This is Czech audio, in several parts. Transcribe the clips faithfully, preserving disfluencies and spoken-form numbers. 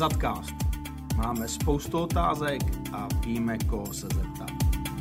Zadcast. Máme spoustu otázek a víme, koho se zeptat.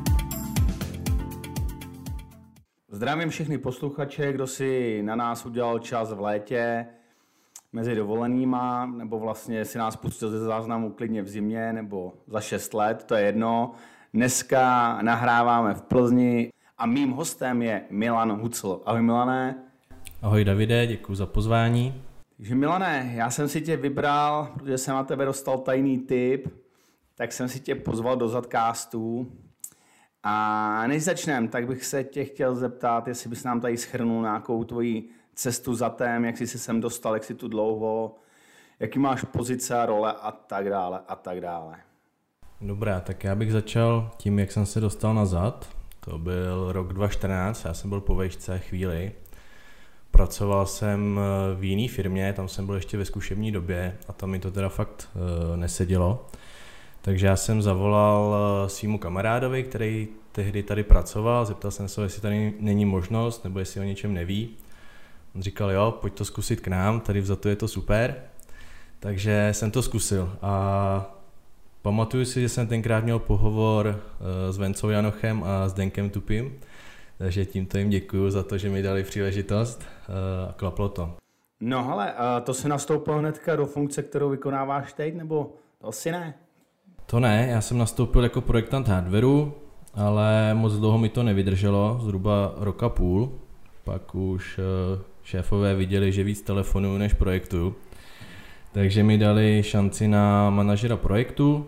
Zdravím všechny posluchače, kdo si na nás udělal čas v létě mezi dovolenýma, nebo vlastně si nás pustil ze záznamu klidně v zimě, nebo za šest let, to je jedno. Dneska nahráváme v Plzni a mým hostem je Milan Hucl. Ahoj Milané. Ahoj Davide, děkuji za pozvání. Takže Milané, já jsem si tě vybral, protože jsem na tebe dostal tajný tip, tak jsem si tě pozval do Zadcastu. A než začneme, tak bych se tě chtěl zeptat, jestli bys nám tady shrnul nějakou tvoji cestu za tém, jak jsi se sem dostal, jak jsi tu dlouho, jaký máš pozice a role a tak dále a tak dále. Dobrá, tak já bych začal tím, jak jsem se dostal na Zad. To byl rok dva tisíce čtrnáct, já jsem byl po vejšce chvíli. Pracoval jsem v jiné firmě, tam jsem byl ještě ve zkušební době a tam mi to teda fakt uh, nesedělo. Takže já jsem zavolal svýmu kamarádovi, který tehdy tady pracoval, zeptal jsem se, jestli tady není možnost, nebo jestli o něčem neví. On říkal, jo, pojď to zkusit k nám, tady v Zatu je to super. Takže jsem to zkusil a pamatuju si, že jsem tenkrát měl pohovor s Vencou Janochem a s Denkem Tupým, takže tímto jim děkuju za to, že mi dali příležitost a klaplo to. No hele, to se nastoupil hnedka do funkce, kterou vykonáváš teď, nebo to asi ne? To ne, já jsem nastoupil jako projektant hardwareu, ale moc dlouho mi to nevydrželo, zhruba rok a půl. Pak už šéfové viděli, že víc telefonuju než projektuju. Takže mi dali šanci na manažera projektu.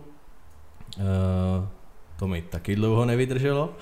To mi taky dlouho nevydrželo.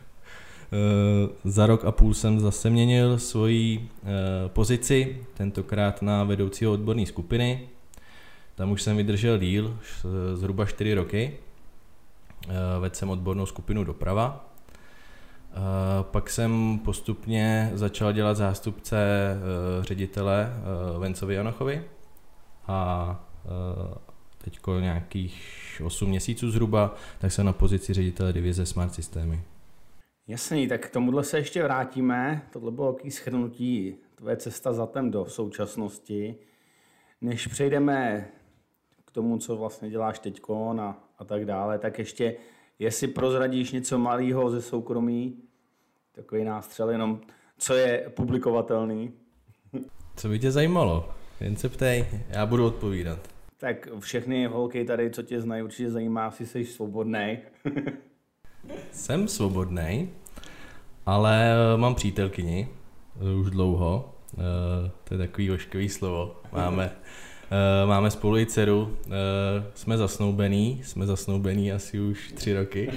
Za rok a půl jsem zase měnil svoji pozici, tentokrát na vedoucího odborné skupiny. Tam už jsem vydržel díl, zhruba čtyři roky. Vedl jsem odbornou skupinu doprava. Pak jsem postupně začal dělat zástupce ředitele Vencovi Janochovi. A teďko nějakých osm měsíců zhruba, tak jsem na pozici ředitele divize Smart Systémy. Jasný, tak k tomuhle se ještě vrátíme. Tohle bylo takové shrnutí tvoje cesta zatem do současnosti. Než přejdeme k tomu, co vlastně děláš teďko a, a tak dále, tak ještě, jestli prozradíš něco malého ze soukromí, takový nástřel, jenom co je publikovatelný. Co by tě zajímalo? Jen se ptej, já budu odpovídat. Tak všechny holky tady, co tě znají, určitě zajímá, jestli jsi svobodnej. Jsem svobodnej, ale mám přítelkyni už dlouho. To je takový ošklivý slovo. Máme, máme spolu i dceru, jsme zasnoubený, jsme zasnoubený asi už tři roky.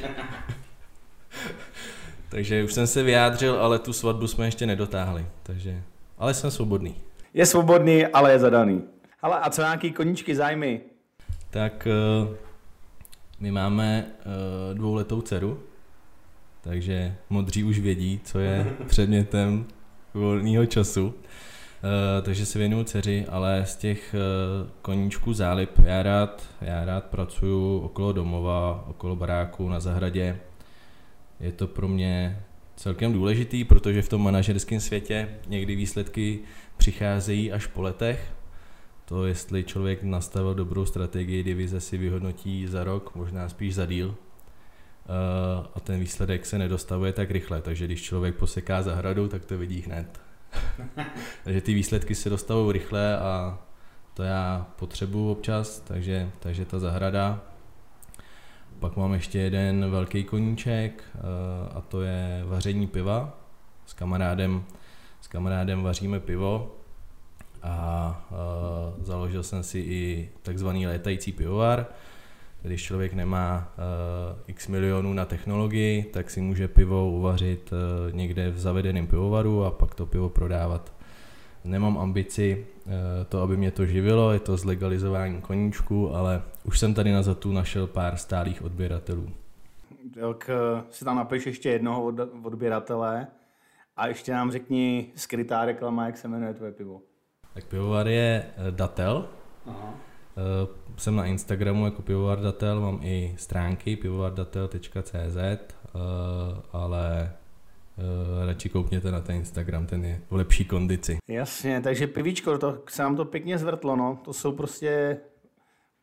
Takže už jsem se vyjádřil, ale tu svatbu jsme ještě nedotáhli. Takže, ale jsem svobodný. Je svobodný, ale je zadaný. Ale a co nějaký koníčky, zájmy? Tak my máme dvouletou dceru, takže modří už vědí, co je předmětem volného času. Takže se věnuju dceři, ale z těch koníčků zálib já rád, já rád pracuju okolo domova, okolo baráku, na zahradě. Je to pro mě celkem důležitý, protože v tom manažerském světě někdy výsledky přicházejí až po letech. To, jestli člověk nastavil dobrou strategii divize, si vyhodnotí za rok, možná spíš za díl. A ten výsledek se nedostavuje tak rychle, takže když člověk poseká zahradu, tak to vidí hned. Takže ty výsledky se dostavují rychle a to já potřebuju občas, takže, takže ta zahrada. Pak mám ještě jeden velký koníček a to je vaření piva. S kamarádem, s kamarádem vaříme pivo a založil jsem si i takzvaný létající pivovar. Když člověk nemá uh, x milionů na technologii, tak si může pivo uvařit uh, někde v zavedeném pivovaru a pak to pivo prodávat. Nemám ambici uh, to, aby mě to živilo, je to zlegalizování koníčku, ale už jsem tady na Zatu našel pár stálých odběratelů. Tak si tam napiš ještě jednoho od, odběratele a ještě nám řekni skrytá reklama, jak se jmenuje tvoje pivo. Tak pivovar je Datel. Aha. Uh, jsem na Instagramu jako pivovar Datel, mám i stránky pivovardatel tečka cé zet, uh, ale uh, radši koukněte na ten Instagram, ten je v lepší kondici. Jasně, takže pivíčko, to se nám to pěkně zvrtlo, no. To jsou prostě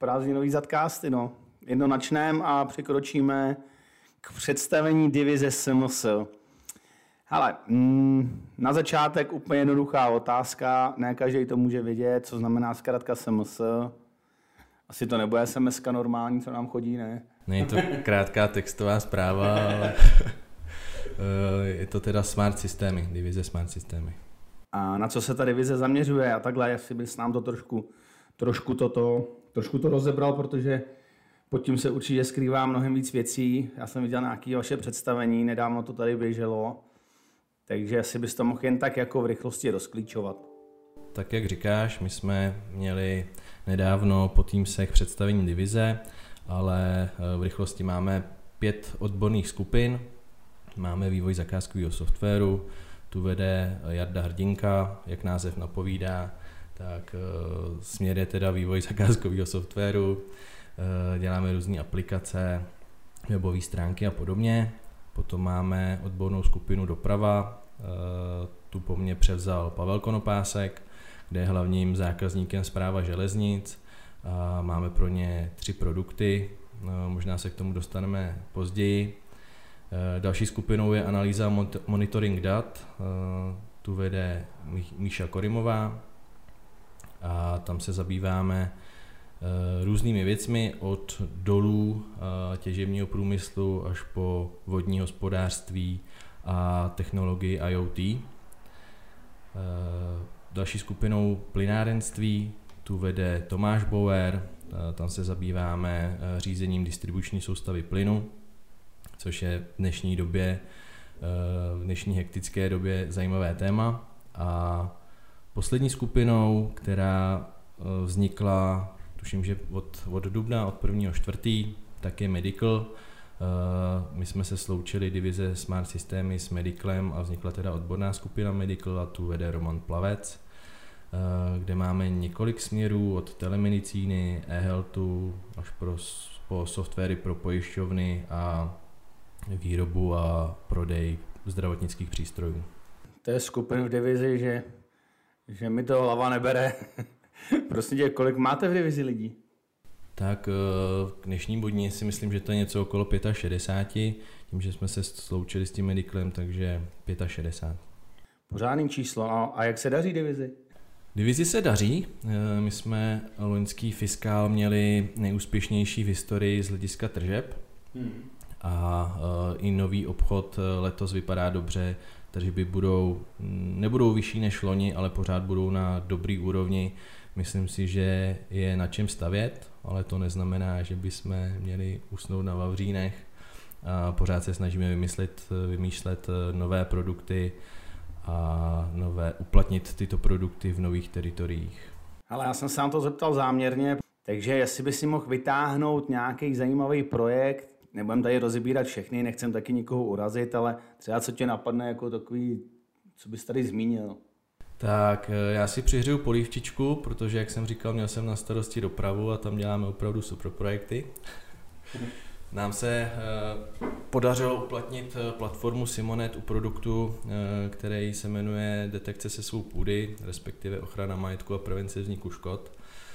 prázdninový zadcasty, no. Jedno načneme a překročíme k představení divize S M S. Hele, mm, na začátek úplně jednoduchá otázka, ne každý to může vědět, co znamená zkrátka S M S. Asi to nebude es em eska normální, co nám chodí, ne? Není to krátká textová zpráva, ale je to teda smart systémy, divize smart systémy. A na co se ta divize zaměřuje a takhle, jestli bys nám to trošku, trošku, toto, trošku to rozebral, protože pod tím se určitě skrývá mnohem víc věcí. Já jsem viděl nějaké vaše představení, nedávno to tady běželo, takže asi bys to mohl jen tak jako v rychlosti rozklíčovat. Tak jak říkáš, my jsme měli nedávno po Teamsech představení divize, ale v rychlosti máme pět odborných skupin, máme vývoj zakázkového softwaru, tu vede Jarda Hrdinka, jak název napovídá, tak směr je teda vývoj zakázkového softwaru, děláme různé aplikace, webové stránky a podobně. Potom máme odbornou skupinu doprava, tu po mně převzal Pavel Konopásek, kde je hlavním zákazníkem Správa železnic. A máme pro ně tři produkty, možná se k tomu dostaneme později. Další skupinou je analýza monitoring dat, tu vede Míša Korimová a tam se zabýváme různými věcmi od dolů těžebního průmyslu až po vodní hospodářství a technologii I O T. Další skupinou plynárenství tu vede Tomáš Bauer, tam se zabýváme řízením distribuční soustavy plynu, což je v dnešní době, v dnešní hektické době zajímavé téma. A poslední skupinou, která vznikla, tuším, že od, od dubna, od prvního čtvrtý, tak je Medical. My jsme se sloučili divize Smart Systemy s Medicalem a vznikla teda odborná skupina Medical a tu vede Roman Plavec, kde máme několik směrů od telemedicíny, e-healthu až pro, po softwary pro pojišťovny a výrobu a prodej zdravotnických přístrojů. To je skupin v divizi, že, že mi to hlava nebere. Prostě tě, kolik máte v divizi lidí? Tak k dnešním bodní si myslím, že to je něco okolo šedesát pět, tím, že jsme se sloučili s tím Medicalem, takže šedesát pět. Pořádný číslo. A jak se daří divizi? Divizi se daří. My jsme loňský fiskál měli nejúspěšnější v historii z hlediska tržeb. Hmm. A i nový obchod letos vypadá dobře. Tržby budou, nebudou vyšší než loni, ale pořád budou na dobrý úrovni. Myslím si, že je na čem stavět, ale to neznamená, že bychom měli usnout na vavřínech. A pořád se snažíme vymyslet, vymýšlet nové produkty a nové, uplatnit tyto produkty v nových teritoriích. Ale já jsem se na to zeptal záměrně, takže jestli by si mohl vytáhnout nějaký zajímavý projekt, nebudem tady rozebírat všechny, nechcem taky nikoho urazit, ale třeba co tě napadne jako takový, co bys tady zmínil. Tak já si přihřeju polívčičku, protože jak jsem říkal, měl jsem na starosti dopravu a tam děláme opravdu super projekty. Nám se podařilo uplatnit platformu Simonet u produktu, který se jmenuje Detekce se svou půdy, respektive ochrana majetku a prevence vzniku škod.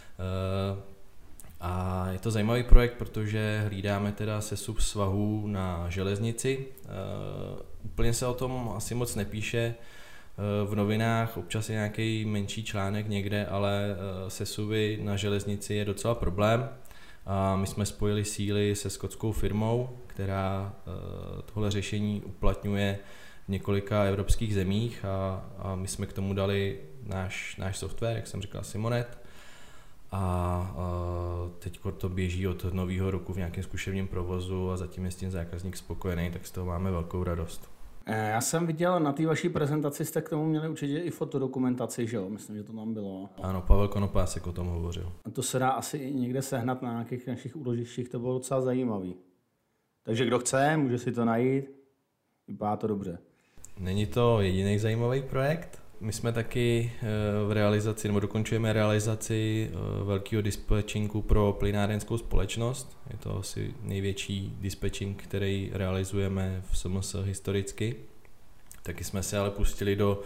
A je to zajímavý projekt, protože hlídáme teda sesuv svahů na železnici. Úplně se o tom asi moc nepíše v novinách, občas je nějaký menší článek někde, ale sesuvy na železnici je docela problém. A my jsme spojili síly se skotskou firmou, která tohle řešení uplatňuje v několika evropských zemích a, a my jsme k tomu dali náš, náš software, jak jsem říkal, Simonet. A, a teď to běží od nového roku v nějakém zkušebním provozu a zatím je s tím zákazník spokojený, tak z toho máme velkou radost. Já jsem viděl na té vaší prezentaci, jste k tomu měli určitě i fotodokumentaci, že jo? Myslím, že to tam bylo. Ano, Pavel Konopásek o tom hovořil. A to se dá asi i někde sehnat na nějakých našich úložištích, to bylo docela zajímavý. Takže kdo chce, může si to najít, vypadá to dobře. Není to jediný zajímavý projekt. My jsme taky v realizaci, nebo dokončujeme realizaci velkého dispatchingu pro plynárenskou společnost. Je to asi největší dispatching, který realizujeme v S M S historicky. Taky jsme se ale pustili do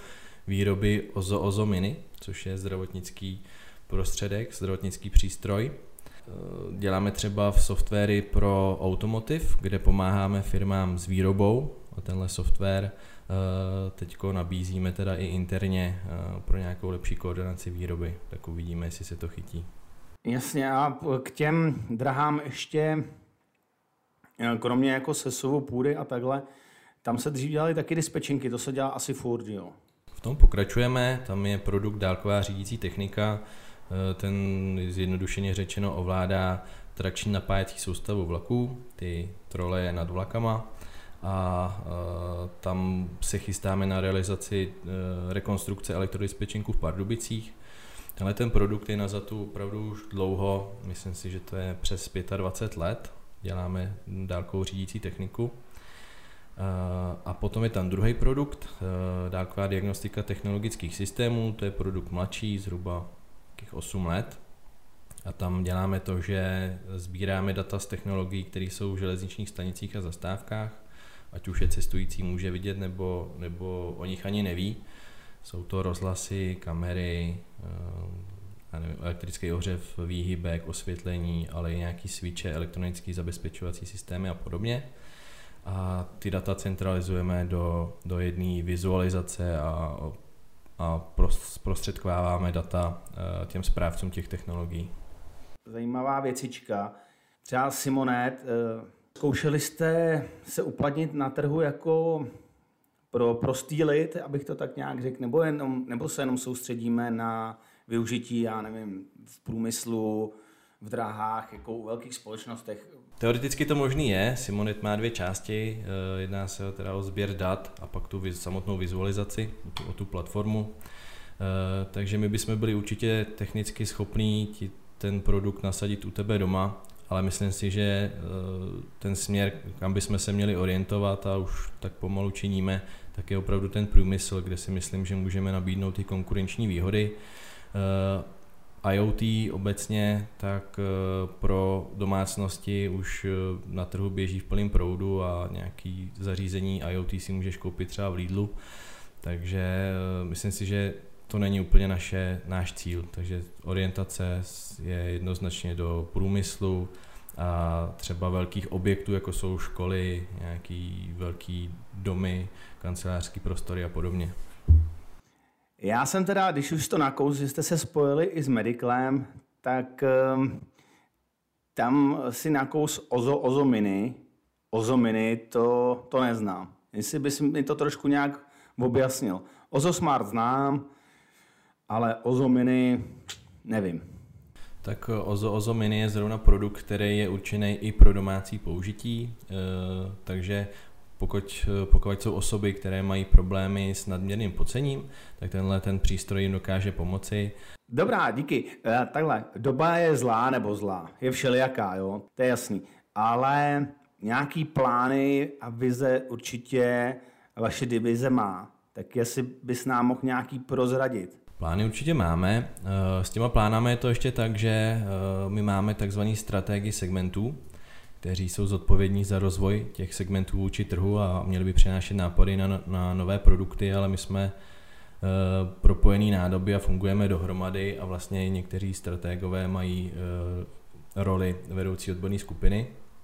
výroby Ozo Ozo Mini, což je zdravotnický prostředek, zdravotnický přístroj. Děláme třeba v softwary pro automotiv, kde pomáháme firmám s výrobou a tenhle software teďko nabízíme teda i interně pro nějakou lepší koordinaci výroby, tak uvidíme, jestli se to chytí. Jasně, a k těm drahám ještě, kromě jako sesuvu půdy a takhle, tam se dřív dělaly taky dispečinky, to se dělá asi furt, jo? V tom pokračujeme, tam je produkt dálková řídící technika, ten zjednodušeně řečeno ovládá trakční napájecí soustavu vlaků, ty troleje nad vlakama, a tam se chystáme na realizaci rekonstrukce elektrodispečinku v Pardubicích. Tenhle ten produkt je na Zatu opravdu už dlouho, myslím si, že to je přes dvacet pět let, děláme dálkovou řídící techniku. A potom je tam druhý produkt, dálková diagnostika technologických systémů, to je produkt mladší, zhruba osm let. A tam děláme to, že sbíráme data z technologií, které jsou v železničních stanicích a zastávkách, ať už je cestující může vidět, nebo, nebo o nich ani neví. Jsou to rozhlasy, kamery, nevím, elektrický ohřev, výhybek, osvětlení, ale i nějaký switche, elektronické zabezpečovací systémy a podobně. A ty data centralizujeme do, do jedné vizualizace a, a zprostředkováváme data těm správcům těch technologií. Zajímavá věcička. Třeba Simonet, zkoušeli jste se uplatnit na trhu jako pro prostý lid, abych to tak nějak řekl, nebo, jenom, nebo se jenom soustředíme na využití, já nevím, v průmyslu, v dráhách, jako u velkých společnostech? Teoreticky to možný je, Simonet má dvě části, jedná se teda o sběr dat a pak tu samotnou vizualizaci, o tu, o tu platformu. Takže my bychom byli určitě technicky schopní ti ten produkt nasadit u tebe doma, ale myslím si, že ten směr, kam bychom se měli orientovat a už tak pomalu činíme, tak je opravdu ten průmysl, kde si myslím, že můžeme nabídnout ty konkurenční výhody. IoT obecně, tak pro domácnosti už na trhu běží v plném proudu a nějaký zařízení IoT si můžeš koupit třeba v Lidlu, takže myslím si, že to není úplně naše, náš cíl, takže orientace je jednoznačně do průmyslu a třeba velkých objektů, jako jsou školy, nějaký velký domy, kancelářský prostory a podobně. Já jsem teda, když už to nakous, že jste se spojili i s Mediclem, tak um, tam si nakous Ozo, Ozo Mini. Ozo Mini, to, to neznám. Jestli bys mi to trošku nějak objasnil. Ozo Smart znám, ale Ozo Mini nevím. Tak Ozo, Ozo Mini je zrovna produkt, který je určený i pro domácí použití, takže pokud, pokud jsou osoby, které mají problémy s nadměrným pocením, tak tenhle ten přístroj jim dokáže pomoci. Dobrá, díky. Takhle, doba je zlá nebo zlá, je všelijaká, jo, to je jasný, ale nějaký plány a vize určitě vaše divize má, tak jestli bys nám mohl nějaký prozradit. Plány určitě máme. S těma plánami je to ještě tak, že my máme takzvaný strategii segmentů, kteří jsou zodpovědní za rozvoj těch segmentů vůči trhu a měli by přinášet nápady na, na nové produkty, ale my jsme propojení nádoby a fungujeme dohromady a vlastně někteří strategové mají roli vedoucí odborné skupiny.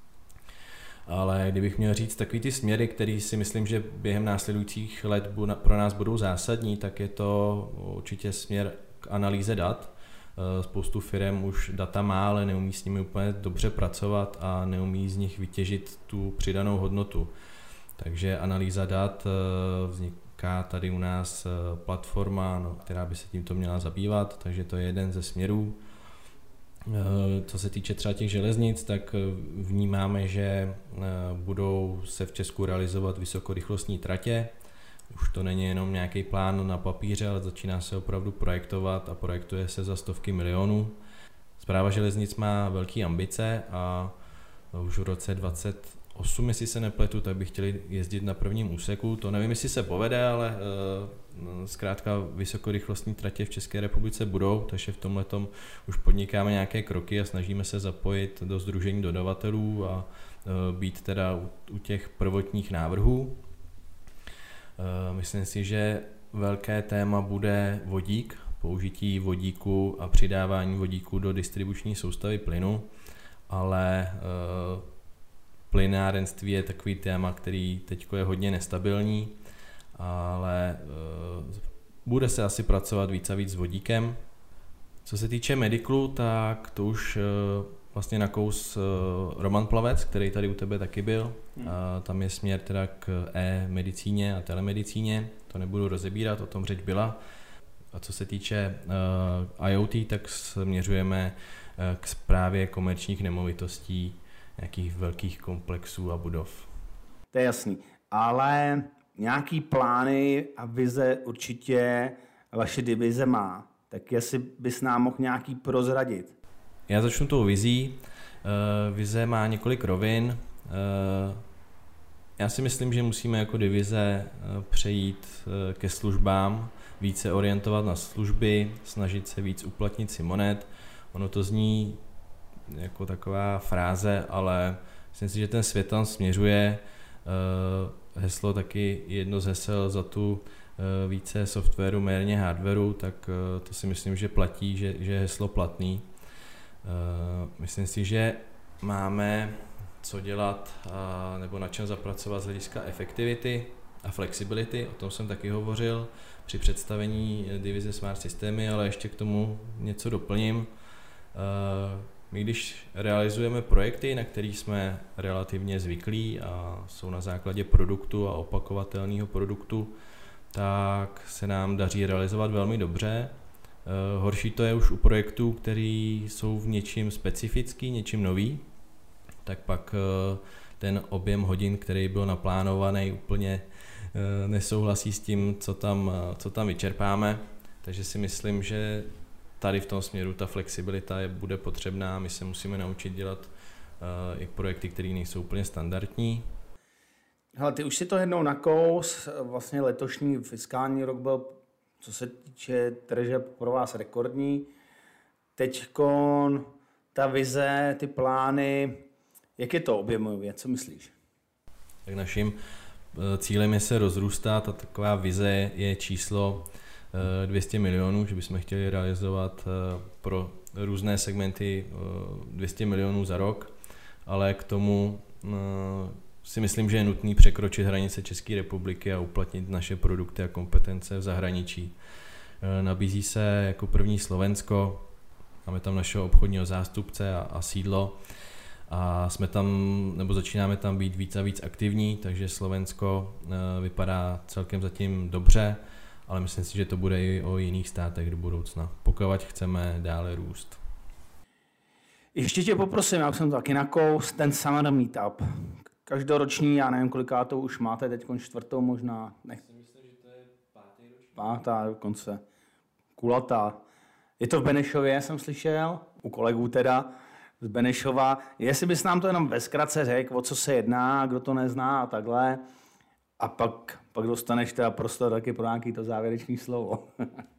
Ale kdybych měl říct takový ty směry, které si myslím, že během následujících let pro nás budou zásadní, tak je to určitě směr k analýze dat. Spoustu firem už data má, ale neumí s nimi úplně dobře pracovat a neumí z nich vytěžit tu přidanou hodnotu. Takže analýza dat, vzniká tady u nás platforma, no, která by se tímto měla zabývat, takže to je jeden ze směrů. Co se týče třeba těch železnic, tak vnímáme, že budou se v Česku realizovat vysokorychlostní tratě. Už to není jenom nějaký plán na papíře, ale začíná se opravdu projektovat a projektuje se za stovky milionů. Správa železnic má velké ambice a už v roce dvacet osm, jestli se nepletu, tak by chtěli jezdit na prvním úseku. To nevím, jestli se povede, ale zkrátka vysokorychlostní tratě v České republice budou, takže v tomhletom už podnikáme nějaké kroky a snažíme se zapojit do sdružení dodavatelů a být teda u těch prvotních návrhů. Myslím si, že velké téma bude vodík, použití vodíku a přidávání vodíku do distribuční soustavy plynu, ale uh, plynárenství je takový téma, který teď je hodně nestabilní, ale uh, bude se asi pracovat víc a víc s vodíkem. Co se týče Mediclu, tak to už uh, vlastně nakous uh, Roman Plavec, který tady u tebe taky byl. Hmm. A tam je směr teda k e-medicíně a telemedicíně, to nebudu rozebírat, o tom řeč byla. A co se týče uh, I O T, tak směřujeme uh, k správě komerčních nemovitostí, nějakých velkých komplexů a budov. To je jasný, ale nějaký plány a vize určitě vaše divize má, tak jestli bys nám mohl nějaký prozradit. Já začnu tou vizí. Uh, vize má několik rovin. Uh, já si myslím, že musíme jako divize uh, přejít uh, ke službám, více orientovat na služby, snažit se víc uplatnit si monet. Ono to zní jako taková fráze, ale myslím si, že ten svět tam směřuje. Uh, heslo taky jedno z hesel za tu uh, více softwaru, méně hardwaru, tak uh, to si myslím, že platí, že, že je heslo platný. Uh, myslím si, že máme co dělat uh, nebo na čem zapracovat z hlediska efektivity a flexibility, o tom jsem taky hovořil při představení divize Smart Systemy, ale ještě k tomu něco doplním. Uh, my když realizujeme projekty, na kterých jsme relativně zvyklí a jsou na základě produktu a opakovatelného produktu, tak se nám daří realizovat velmi dobře. Uh, horší to je už u projektů, který jsou v něčím specifický, něčím nový, tak pak uh, ten objem hodin, který byl naplánovaný, úplně uh, nesouhlasí s tím, co tam, uh, co tam vyčerpáme. Takže si myslím, že tady v tom směru ta flexibilita je, bude potřebná. My se musíme naučit dělat uh, i projekty, které nejsou úplně standardní. Hele, ty už si to jednou nakous, vlastně letošní fiskální rok byl, co se týče tržeb, pro vás rekordní. Teďkon ta vize, ty plány, jak je to objemově, co myslíš? Tak naším cílem je se rozrůstat a taková vize je číslo dvě stě milionů, že bychom chtěli realizovat pro různé segmenty dvě stě milionů za rok, ale k tomu si myslím, že je nutný překročit hranice České republiky a uplatnit naše produkty a kompetence v zahraničí. Nabízí se jako první Slovensko, máme tam našeho obchodního zástupce a, a sídlo a jsme tam, nebo začínáme tam být víc a víc aktivní, takže Slovensko vypadá celkem zatím dobře, ale myslím si, že to bude i o jiných státech do budoucna, pokud chceme dále růst. Ještě tě poprosím, já jsem to taky nakous, ten Summer Meetup. Každoroční, já nevím, koliká to už máte, teď čtvrtou možná. Nech... Myslím, že to je pátý roční. Pátá dokonce. Kulatá. Je to v Benešově, jsem slyšel, u kolegů teda, z Benešova. Jestli bys nám to jenom ve zkratce řekl, o co se jedná, kdo to nezná a takhle. A pak, pak dostaneš teda prostor taky pro nějaký to závěrečné slovo.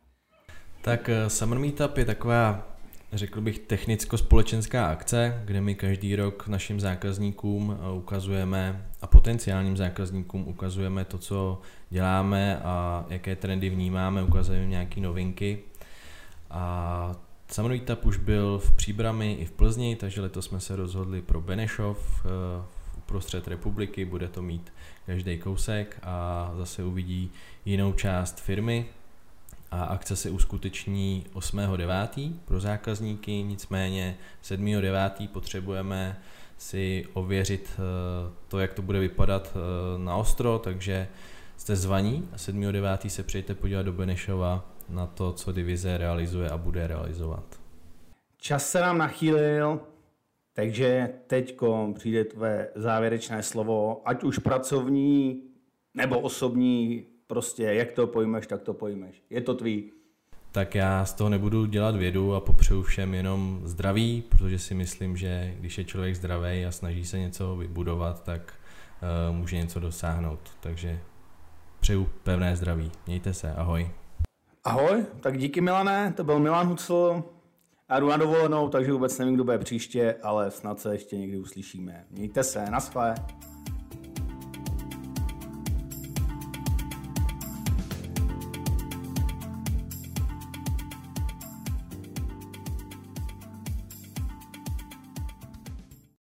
Tak Summer Meetup je taková, řekl bych, technicko-společenská akce, kde my každý rok našim zákazníkům ukazujeme a potenciálním zákazníkům ukazujeme to, co děláme a jaké trendy vnímáme, ukazujeme nějaké novinky. A Summer Meetup už byl v Příbrami i v Plzni, takže letos jsme se rozhodli pro Benešov uprostřed republiky, bude to mít každý kousek a zase uvidí jinou část firmy. A akce se uskuteční osmého devátého pro zákazníky, nicméně sedmého devátého potřebujeme si ověřit to, jak to bude vypadat na ostro, takže jste zvaní a sedmého devátého se přijďte podívat do Benešova na to, co divize realizuje a bude realizovat. Čas se nám nachýlil, takže teďko přijde tvé závěrečné slovo, ať už pracovní nebo osobní, prostě jak to pojmeš, tak to pojmeš. Je to tvý. Tak já z toho nebudu dělat vědu a popřeju všem jenom zdraví, protože si myslím, že když je člověk zdravý a snaží se něco vybudovat, tak uh, může něco dosáhnout. Takže přeju pevné zdraví. Mějte se, ahoj. Ahoj, tak díky Milane, to byl Milan Hucl. Já jdu na dovolenou, takže vůbec nevím, kdo bude příště, ale snad se ještě někdy uslyšíme. Mějte se, naschle.